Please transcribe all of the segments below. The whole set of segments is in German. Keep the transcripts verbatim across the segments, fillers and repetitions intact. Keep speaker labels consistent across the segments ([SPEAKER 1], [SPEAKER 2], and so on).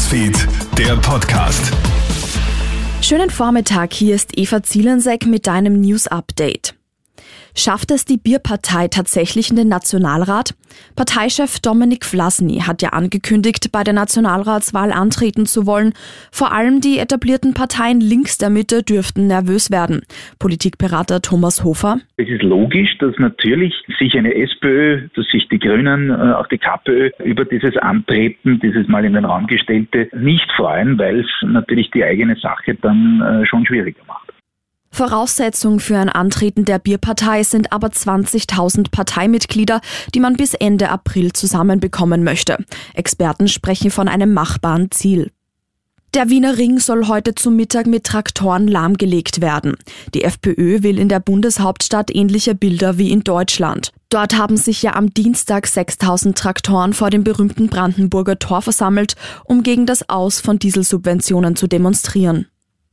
[SPEAKER 1] Newsfeed, der Podcast.
[SPEAKER 2] Schönen Vormittag, hier ist Eva Zielensek mit deinem News-Update. Schafft es die Bierpartei tatsächlich in den Nationalrat? Parteichef Dominik Vlasny hat ja angekündigt, bei der Nationalratswahl antreten zu wollen. Vor allem die etablierten Parteien links der Mitte dürften nervös werden. Politikberater Thomas Hofer:
[SPEAKER 3] Es ist logisch, dass natürlich sich eine SPÖ, dass sich die Grünen, auch die KPÖ über dieses Antreten, dieses Mal in den Raum gestellte, nicht freuen, weil es natürlich die eigene Sache dann schon schwieriger macht.
[SPEAKER 2] Voraussetzung für ein Antreten der Bierpartei sind aber zwanzigtausend Parteimitglieder, die man bis Ende April zusammenbekommen möchte. Experten sprechen von einem machbaren Ziel. Der Wiener Ring soll heute zum Mittag mit Traktoren lahmgelegt werden. Die FPÖ will in der Bundeshauptstadt ähnliche Bilder wie in Deutschland. Dort haben sich ja am Dienstag sechstausend Traktoren vor dem berühmten Brandenburger Tor versammelt, um gegen das Aus von Dieselsubventionen zu demonstrieren.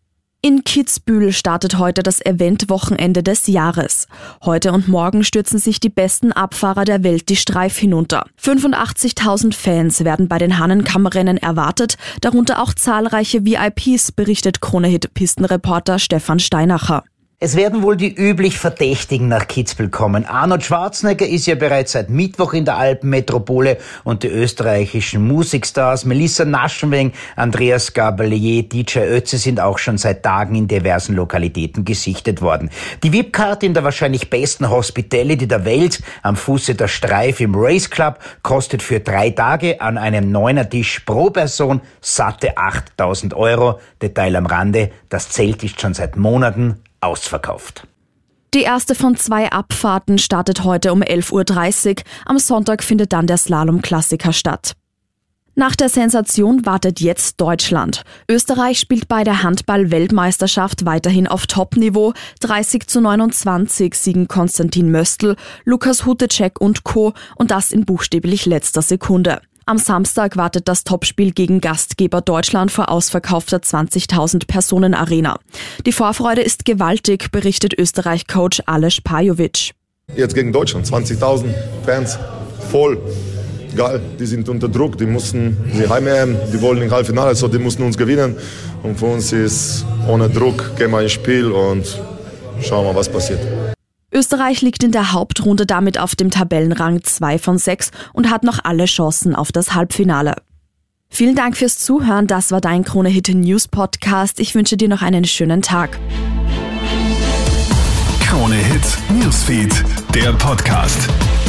[SPEAKER 2] In Kitzbühel startet heute das Eventwochenende des Jahres. Heute und morgen stürzen sich die besten Abfahrer der Welt die Streif hinunter. fünfundachtzigtausend Fans werden bei den Hahnenkammrennen erwartet, darunter auch zahlreiche V I Ps, berichtet Krone-Hit-Pistenreporter Stefan Steinacher.
[SPEAKER 4] Es werden wohl die üblich Verdächtigen nach Kitzbühel kommen. Arnold Schwarzenegger ist ja bereits seit Mittwoch in der Alpenmetropole und die österreichischen Musikstars Melissa Naschenweng, Andreas Gabalier, D J Ötzi sind auch schon seit Tagen in diversen Lokalitäten gesichtet worden. Die V I P-Karte in der wahrscheinlich besten Hospitality der Welt am Fuße der Streif im Race Club kostet für drei Tage an einem Neuner-Tisch pro Person satte achttausend Euro. Detail am Rande, das Zelt ist schon seit Monaten ausverkauft.
[SPEAKER 2] Die erste von zwei Abfahrten startet heute um elf Uhr dreißig. Am Sonntag findet dann der Slalom-Klassiker statt. Nach der Sensation wartet jetzt Deutschland. Österreich spielt bei der Handball-Weltmeisterschaft weiterhin auf Top-Niveau. dreißig zu neunundzwanzig siegen Konstantin Möstl, Lukas Hutecek und Co. und das in buchstäblich letzter Sekunde. Am Samstag wartet das Topspiel gegen Gastgeber Deutschland vor ausverkaufter zwanzigtausend Personen Arena. Die Vorfreude ist gewaltig, berichtet Österreich-Coach Aleš Pajovic.
[SPEAKER 5] Jetzt gegen Deutschland, zwanzigtausend Fans, voll. Geil, die sind unter Druck, die mussten sie heimnehmen, die wollen im Halbfinale, also die mussten uns gewinnen. Und für uns ist ohne Druck, gehen wir ins Spiel und schauen wir, was passiert.
[SPEAKER 2] Österreich liegt in der Hauptrunde damit auf dem Tabellenrang zwei von sechs und hat noch alle Chancen auf das Halbfinale. Vielen Dank fürs Zuhören, das war dein Krone-Hit News Podcast. Ich wünsche dir noch einen schönen Tag.
[SPEAKER 1] Krone-Hit Newsfeed, der Podcast.